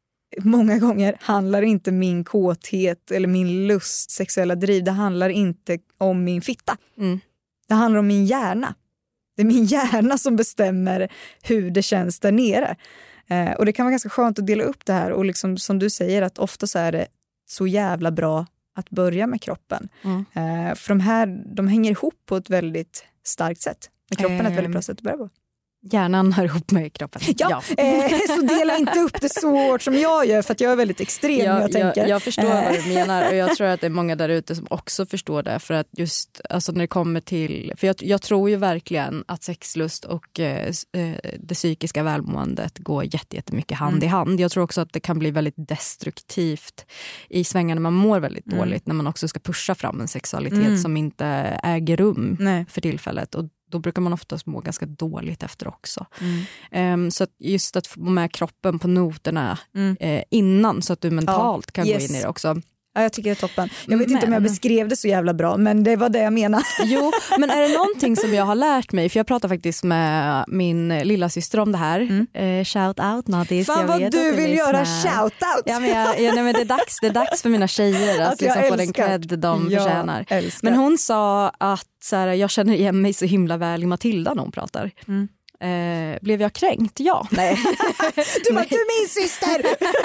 Många gånger handlar inte min kåthet eller min lust, sexuella driv, det handlar inte om min fitta. Mm. Det handlar om min hjärna. Det är min hjärna som bestämmer hur det känns där nere. Eh, och det kan vara ganska skönt att dela upp det här. Och liksom, som du säger, att ofta så är det så jävla bra att börja med kroppen. Mm. Eh, för de här, de hänger ihop på ett väldigt starkt sätt. Men kroppen är ett väldigt bra sätt att börja på. Hjärnan hör ihop med kroppen. Ja, ja. Eh, så dela inte upp det så hårt som jag gör, för att jag är väldigt extrem jag, när jag tänker. Jag, jag förstår eh. vad du menar, och jag tror att det är många där ute som också förstår det. För att just alltså när det kommer till, för jag, jag tror ju verkligen att sexlust och eh, det psykiska välmåendet går jätte, jättemycket hand mm. i hand. Jag tror också att det kan bli väldigt destruktivt i svängar när man mår väldigt mm. dåligt, när man också ska pusha fram en sexualitet mm. som inte äger rum Nej. för tillfället. Och då brukar man oftast må ganska dåligt efter också. Mm. Um, så att just att få med kroppen på noterna mm. eh, innan, så att du mentalt ja. kan yes. gå in i det också. Ja, jag tycker det är toppen. Jag vet men... inte om jag beskrev det så jävla bra, men det var det jag menade. Jo, men är det någonting som jag har lärt mig, för jag pratar faktiskt med min lilla syster om det här. Mm. Eh, shout out Nadis. Fan vad du vill göra shout out. Ja, men, jag, ja, nej, men det, är dags, det är dags för mina tjejer att alltså, liksom få den cred de ja, förtjänar. Älskar. Men hon sa att så här, jag känner igen mig så himla väl i Matilda när hon pratar. Mm. Eh, blev jag kränkt? Ja. Nej. Du bara, du är min syster!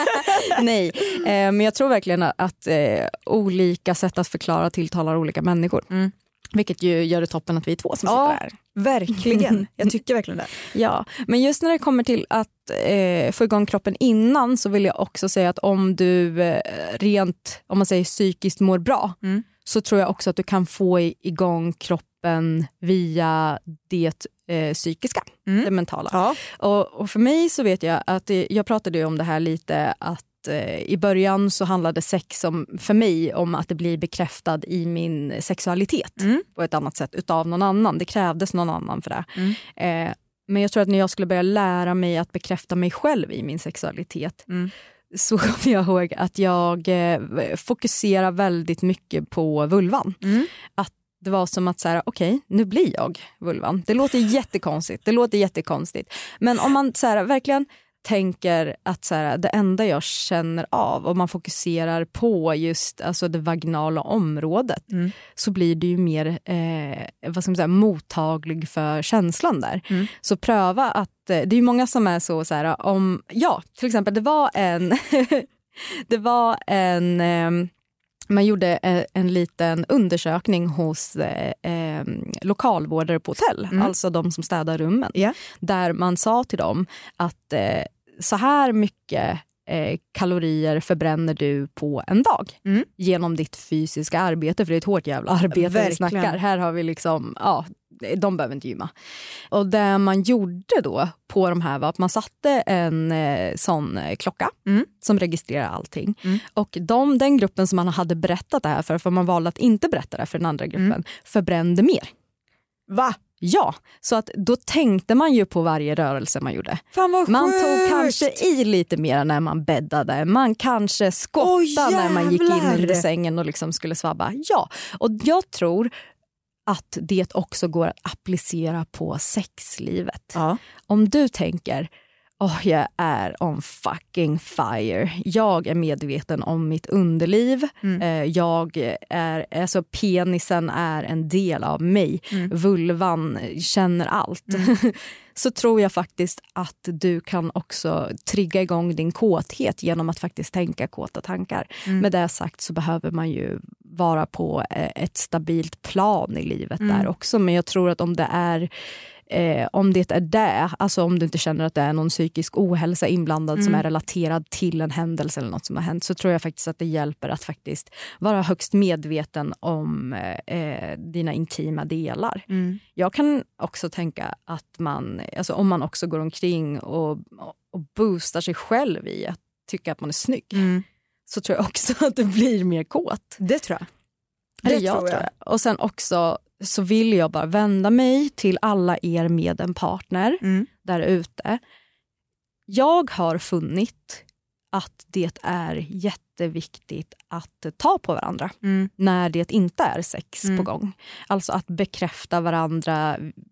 Nej, eh, men jag tror verkligen att, att eh, olika sätt att förklara tilltalar olika människor. Mm. Vilket ju gör det toppen att vi är två som ja, sitter här. Verkligen, jag tycker verkligen det. Ja, men just när det kommer till att eh, få igång kroppen innan, så vill jag också säga att om du eh, rent, om man säger psykiskt mår bra, mm. så tror jag också att du kan få igång kroppen via det eh, psykiska, mm. det mentala. Ja. Och, och för mig så vet jag att, jag pratade ju om det här lite, att eh, i början så handlade sex om, för mig om att det blir bekräftad i min sexualitet mm. på ett annat sätt utav någon annan. Det krävdes någon annan för det. Mm. Eh, men jag tror att när jag skulle börja lära mig att bekräfta mig själv i min sexualitet, mm. så kommer jag ihåg att jag eh, fokuserar väldigt mycket på vulvan. Mm. Att det var som att säga, okej, okay, nu blir jag vulvan. Det låter jättekonstigt. Det låter jättekonstigt. Men om man så här, verkligen tänker att så här, det enda jag känner av, och man fokuserar på just alltså det vaginala området, mm. så blir det ju mer eh, vad ska man säga, mottaglig för känslan där. Mm. Så pröva att, det är ju många som är så, så här, om, ja, till exempel det var en det var en eh, man gjorde en liten undersökning hos eh, eh, lokalvårdare på hotell, mm. alltså de som städar rummen, yeah. där man sa till dem att eh, så här mycket eh, kalorier förbränner du på en dag mm. genom ditt fysiska arbete, för det är ett hårt jävla arbete vi snackar. Här har vi liksom, ja, de behöver inte gymma. Och det man gjorde då på de här var att man satte en eh, sån klocka mm. som registrerar allting. Mm. Och de, den gruppen som man hade berättat det här för, för man valde att inte berätta det för den andra gruppen, mm. förbrände mer. Va? Ja, så att då tänkte man ju på varje rörelse man gjorde. Fan vad man sjukt. Tog kanske i lite mer när man bäddade. Man kanske skottade oh, när man gick in under sängen och liksom skulle svabba. Ja, och jag tror att det också går att applicera på sexlivet. Ja. Om du tänker, åh, oh, jag är on fucking fire. Jag är medveten om mitt underliv. Mm. Jag är, alltså penisen är en del av mig. Mm. Vulvan känner allt. Mm. Så tror jag faktiskt att du kan också trigga igång din kåthet genom att faktiskt tänka kåta tankar. Mm. Med det sagt så behöver man ju vara på ett stabilt plan i livet mm. där också. Men jag tror att om det är Eh, om det är det, alltså om du inte känner att det är någon psykisk ohälsa inblandad mm. som är relaterad till en händelse eller något som har hänt, så tror jag faktiskt att det hjälper att faktiskt vara högst medveten om eh, dina intima delar. Mm. Jag kan också tänka att man, alltså om man också går omkring och, och boostar sig själv i att tycka att man är snygg, mm. så tror jag också att du blir mer kåt. Det tror jag. Det jag tror jag. jag. Och sen också så vill jag bara vända mig till alla er med en partner mm. där ute. Jag har funnit att det är jätteviktigt att ta på varandra mm. när det inte är sex mm. på gång. Alltså att bekräfta varandra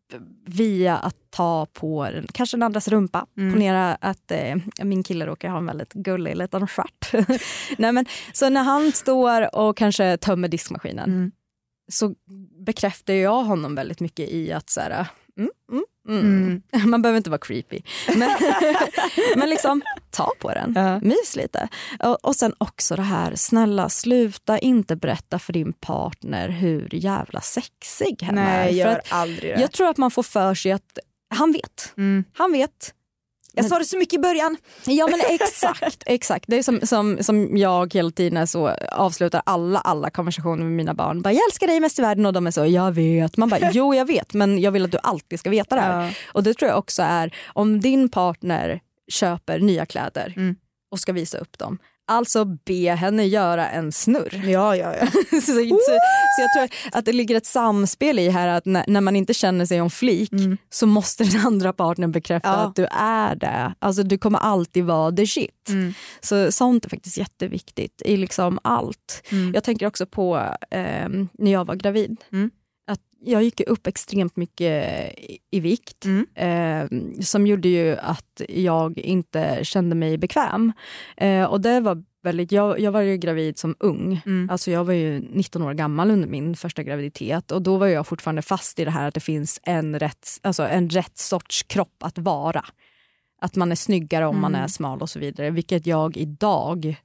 via att ta på kanske den andras rumpa. Mm. Ponera att eh, min kille råkar ha en väldigt gullig liten stjärt. Nej, men, så när han står och kanske tömmer diskmaskinen mm. så bekräftar jag honom väldigt mycket i att så här, mm, mm, mm. Mm. man behöver inte vara creepy. Men, men liksom, ta på den. Ja. Mys lite. Och, och sen också det här, snälla, sluta inte berätta för din partner hur jävla sexig hen är. Nej, gör för att aldrig det. Jag tror att man får för sig att han vet. Mm. Han vet. Jag men, sa det så mycket i början. Ja men exakt, exakt. Det är som, som, som jag hela tiden så avslutar alla, alla konversationer med mina barn. Bara, jag älskar dig mest i världen och de är så, jag vet. Man bara, jo jag vet men jag vill att du alltid ska veta det här. Ja. Och det tror jag också är, om din partner köper nya kläder mm. och ska visa upp dem. Alltså be henne göra en snurr. Ja, ja, ja. så, så, så jag tror att det ligger ett samspel i här att när, när man inte känner sig om flik mm. så måste den andra partnern bekräfta ja. att du är det. Alltså du kommer alltid vara the shit. Mm. Så sånt är faktiskt jätteviktigt i liksom allt. Mm. Jag tänker också på eh, när jag var gravid. Mm. Att jag gick upp extremt mycket i, i vikt mm. eh, som gjorde ju att jag inte kände mig bekväm. Eh, och det var väldigt, jag, jag var ju gravid som ung. Mm. Alltså jag var ju nitton år gammal under min första graviditet. Och då var jag fortfarande fast i det här att det finns en rätt, alltså en rätt sorts kropp att vara. Att man är snyggare om mm. man är smal och så vidare. Vilket jag idag...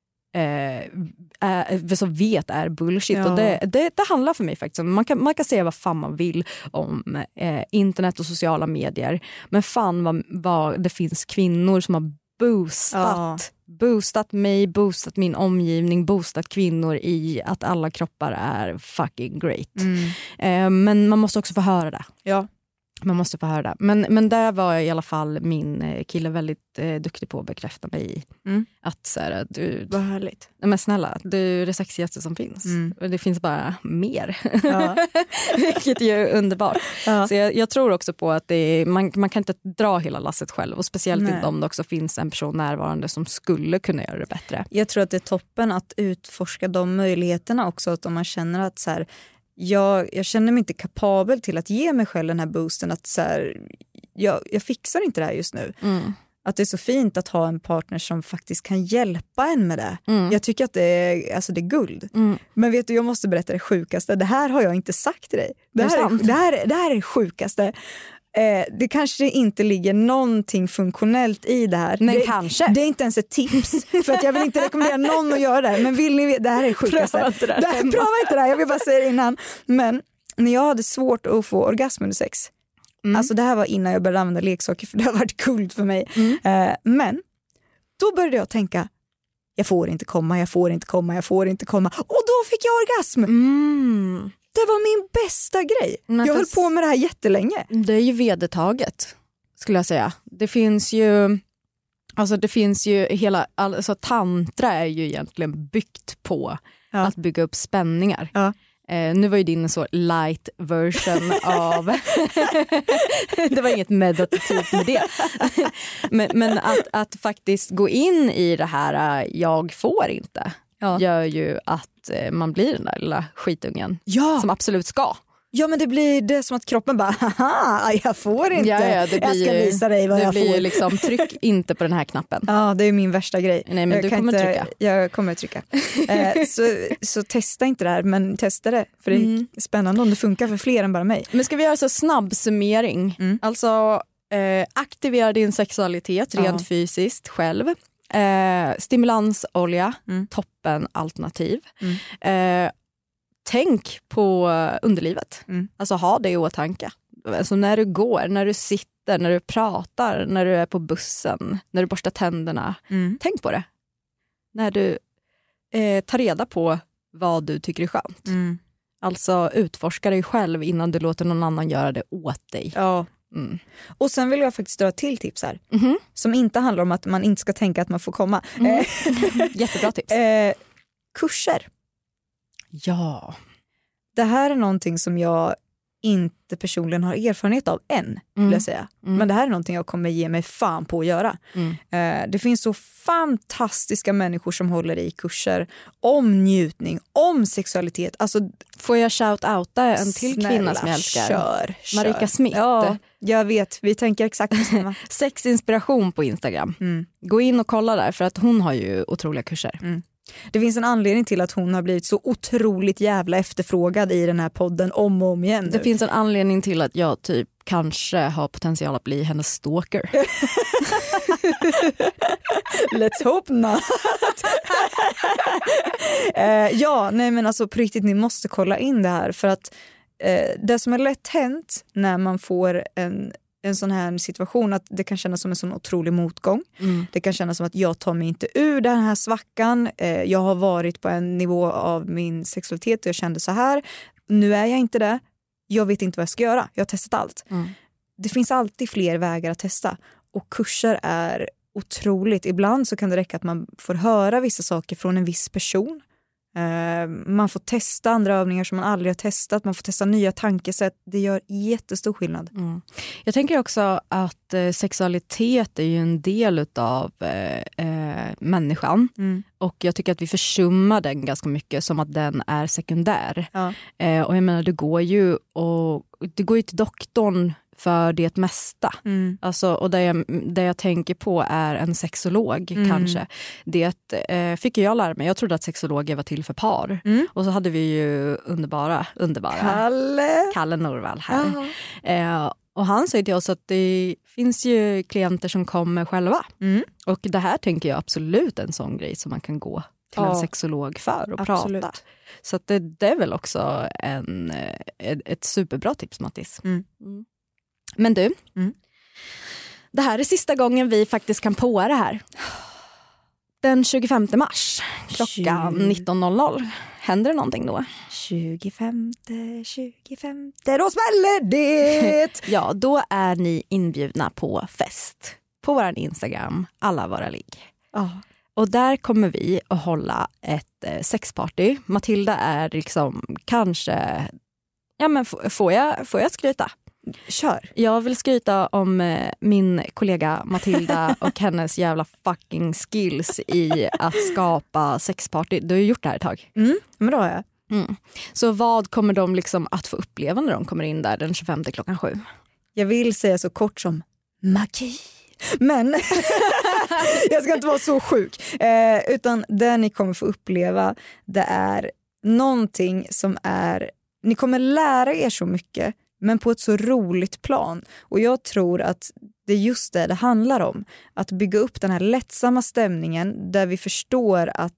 Eh, är, så vet är bullshit ja. och det, det, det handlar för mig faktiskt man kan, man kan säga vad fan man vill om eh, internet och sociala medier men fan vad, vad det finns kvinnor som har boostat ja. boostat mig, boostat min omgivning, boostat kvinnor i att alla kroppar är fucking great mm. eh, men man måste också få höra det ja. Man måste få höra det. Men, men där var i alla fall min kille väldigt eh, duktig på att bekräfta mig i. Mm. Att så här, du... Vad härligt. Nej, men snälla, du är det sexigaste som finns. Mm. Och det finns bara mer. Ja. Vilket är underbart. Ja. Så jag, jag tror också på att det är, man, man kan inte dra hela lasset själv. Och speciellt Nej. inte om det också finns en person närvarande som skulle kunna göra det bättre. Jag tror att det är toppen att utforska de möjligheterna också. Att om man känner att så här... Jag, jag känner mig inte kapabel till att ge mig själv den här boosten att så här, jag, jag fixar inte det här just nu. Mm. Att det är så fint att ha en partner som faktiskt kan hjälpa en med det. Mm. Jag tycker att det är, alltså det är guld. Mm. Men vet du, jag måste berätta det sjukaste. Det här har jag inte sagt till dig. Det, det, här, är, det, här, det här är det sjukaste. Eh, det kanske inte ligger någonting funktionellt i det här. Men det, kanske. Det är inte ens ett tips. För att jag vill inte rekommendera någon att göra det. Men vill ni veta, det här är det sjukaste. Pröva inte det här. Det här, pröva inte det här, jag vill bara säga det innan. Men när jag hade svårt att få orgasm under sex. Mm. Alltså det här var innan jag började använda leksaker. För det har varit kult för mig. Mm. Eh, men då började jag tänka. Jag får inte komma, jag får inte komma, jag får inte komma. Och då fick jag orgasm. Mm. Det var min bästa grej. Men jag höll på med det här jättelänge. Det är ju vedertaget, skulle jag säga. Det finns ju, alltså det finns ju hela, alltså tantra är ju egentligen byggt på ja. att bygga upp spänningar. Ja. Eh, nu var ju din så light version av det var inget meditativt med det. men men att, att faktiskt gå in i det här jag får inte. Ja. Gör ju att man blir den där lilla skitungen ja. som absolut ska. Ja, men det blir det som att kroppen bara, haha, jag får inte. Ja, ja, det blir, jag ska visa dig vad jag blir får. Liksom, tryck inte på den här knappen. Ja, det är min värsta grej. Nej, men jag du kommer inte, trycka. Jag kommer trycka. eh, så, så testa inte det här, men testa det. För det är mm. spännande om det funkar för fler än bara mig. Men ska vi göra så snabb summering? Mm. Alltså, eh, aktivera din sexualitet rent ja. fysiskt själv. Eh, stimulansolja, mm. toppen alternativ. Mm. Eh, tänk på underlivet. Mm. Alltså ha det i åtanke. Alltså när du går, när du sitter, när du pratar, när du är på bussen, när du borstar tänderna. Mm. Tänk på det. När du eh, tar reda på vad du tycker är skönt. Mm. Alltså utforska dig själv innan du låter någon annan göra det åt dig. Ja. Mm. Och sen vill jag faktiskt dra ett till tips här. Mm-hmm. Som inte handlar om att man inte ska tänka att man får komma. Mm. Jättebra tips. Eh, kurser. Ja. Det här är någonting som jag inte personligen har erfarenhet av än, mm. vill jag säga. Mm. Men det här är någonting jag kommer ge mig fan på att göra. Mm. Eh, det finns så fantastiska människor som håller i kurser om njutning, om sexualitet. Alltså, får jag shout-outa en till snälla, kvinna som jag älskar? Kör, Marika kör. Smith. Ja, jag vet, vi tänker exakt samma. Sexinspiration på Instagram. Mm. Gå in och kolla där för att hon har ju otroliga kurser. Mm. Det finns en anledning till att hon har blivit så otroligt jävla efterfrågad i den här podden om och om igen nu. Det finns en anledning till att jag typ kanske har potential att bli hennes stalker. Let's hope not. uh, ja, nej men alltså på riktigt, ni måste kolla in det här för att uh, det som är lätt hänt när man får en en sån här situation att det kan kännas som en sån otrolig motgång. Mm. Det kan kännas som att jag tar mig inte ur den här svackan. Eh, jag har varit på en nivå av min sexualitet och jag kände så här. Nu är jag inte det. Jag vet inte vad jag ska göra. Jag har testat allt. Mm. Det finns alltid fler vägar att testa. Och kurser är otroligt. Ibland så kan det räcka att man får höra vissa saker från en viss person. Man får testa andra övningar som man aldrig har testat. Man får testa nya tankesätt. Det gör jättestor skillnad. Mm. Jag tänker också att eh, sexualitet är ju en del av eh, eh, människan. Mm. Och jag tycker att vi försummar den ganska mycket som att den är sekundär. Ja. Eh, och jag menar, det går ju och det går ju till doktorn för det mesta. Mm. Alltså, och det jag, det jag tänker på är en sexolog mm. kanske. Det eh, fick jag lära mig. Jag trodde att sexologer var till för par. Mm. Och så hade vi ju underbara, underbara Kalle, Kalle Norvall här. Eh, och han säger till oss att det finns ju klienter som kommer själva. Mm. Och det här tänker jag absolut en sån grej som man kan gå till ja. en sexolog för och absolut. prata. Så att det, det är väl också en, ett, ett superbra tips, Mattis. Mm. Mm. Men du, mm. det här är sista gången vi faktiskt kan på det här. Den tjugofemte mars klockan nitton noll noll. Händer det någonting då? tjugofemte, tjugofemte, då smäller det! Ja, då är ni inbjudna på fest. På vår Instagram, alla våra ligg. Oh. Och där kommer vi att hålla ett eh, sexparty. Matilda är liksom kanske... Ja, men f- får, jag, får jag skryta? Kör. Jag vill skryta om eh, min kollega Matilda och hennes jävla fucking skills i att skapa sexparty. Du har ju gjort det här ett tag. Mm, men då har jag. Mm. Så vad kommer de liksom att få uppleva när de kommer in där den tjugofemte klockan sju? Jag vill säga så kort som magi. Men jag ska inte vara så sjuk. Eh, utan det ni kommer få uppleva, det är någonting som är... Ni kommer lära er så mycket, men på ett så roligt plan. Och jag tror att det är just det det handlar om. Att bygga upp den här lättsamma stämningen där vi förstår att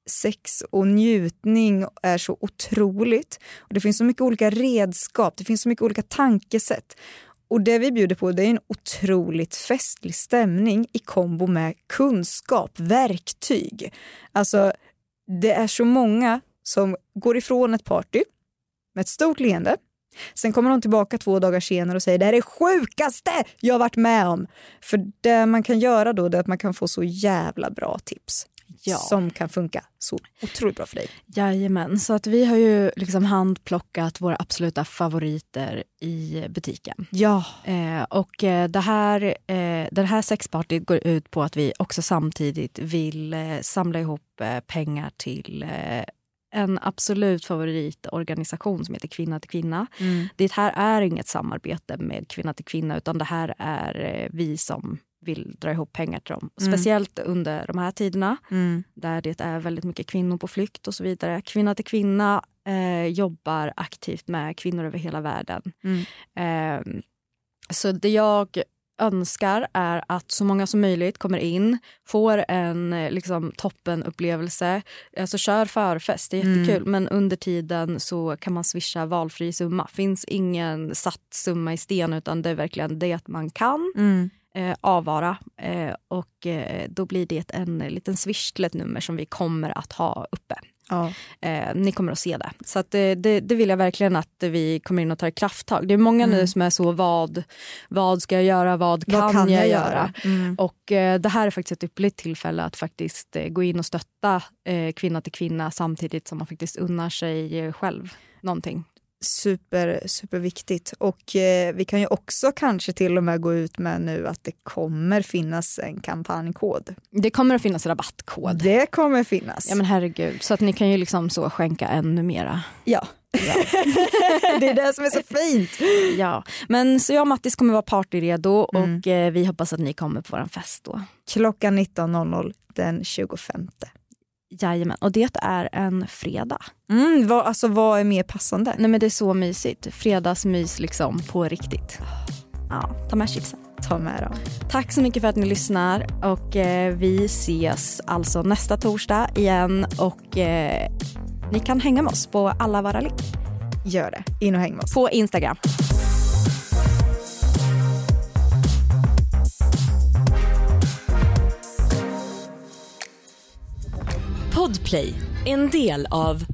sex och njutning är så otroligt. Och det finns så mycket olika redskap, det finns så mycket olika tankesätt. Och det vi bjuder på, det är en otroligt festlig stämning i kombo med kunskap, verktyg. Alltså, det är så många som går ifrån ett party med ett stort leende. Sen kommer de tillbaka två dagar senare och säger det här är det sjukaste jag har varit med om. För det man kan göra då, det är att man kan få så jävla bra tips. Ja. Som kan funka så otroligt bra för dig. Jajamän, så att vi har ju liksom handplockat våra absoluta favoriter i butiken. Ja. Eh, och eh, det här, eh, den här sexpartyt går ut på att vi också samtidigt vill eh, samla ihop eh, pengar till eh, en absolut favoritorganisation som heter Kvinna till kvinna. Mm. Det här är inget samarbete med Kvinna till kvinna, utan det här är eh, vi som vill dra ihop pengar till dem. Mm. Speciellt under de här tiderna mm. där det är väldigt mycket kvinnor på flykt och så vidare. Kvinna till kvinna eh, jobbar aktivt med kvinnor över hela världen. Mm. Eh, så det jag önskar är att så många som möjligt kommer in, får en liksom toppenupplevelse. Alltså kör förfest, det är jättekul. Mm. Men under tiden så kan man swisha valfri summa. Finns ingen satt summa i sten, utan det är verkligen det att man kan. Mm. Eh, avvara eh, och eh, då blir det en liten swish till ett nummer som vi kommer att ha uppe. Ja. Eh, ni kommer att se det. Så att, eh, det, det vill jag verkligen att vi kommer in och tar krafttag. Det är många mm. nu som är så, vad, vad ska jag göra, vad kan, vad kan jag, jag göra? göra? Mm. Och eh, det här är faktiskt ett ypperligt tillfälle att faktiskt eh, gå in och stötta eh, kvinna till kvinna samtidigt som man faktiskt unnar sig eh, själv någonting. Super, superviktigt. Och eh, vi kan ju också kanske till och med gå ut med nu att det kommer finnas en kampanjkod. Det kommer att finnas rabattkod. Det kommer finnas. Ja men herregud, så att ni kan ju liksom så skänka ännu mera. Ja. Ja. Det är det som är så fint. Ja, men så jag och Mattis kommer vara partyredo mm. och eh, vi hoppas att ni kommer på vår fest då. Klockan nitton noll noll den tjugofemte. Jajamän, och det är en fredag. Mm, vad, alltså vad är mer passande? Nej men det är så mysigt. Fredagsmys liksom på riktigt. Ja, ta med chipsen. Ta med dem. Tack så mycket för att ni lyssnar och eh, vi ses alltså nästa torsdag igen och eh, ni kan hänga med oss på alla våra ligg. Gör det, in och häng med oss. På Instagram. Podplay, en del av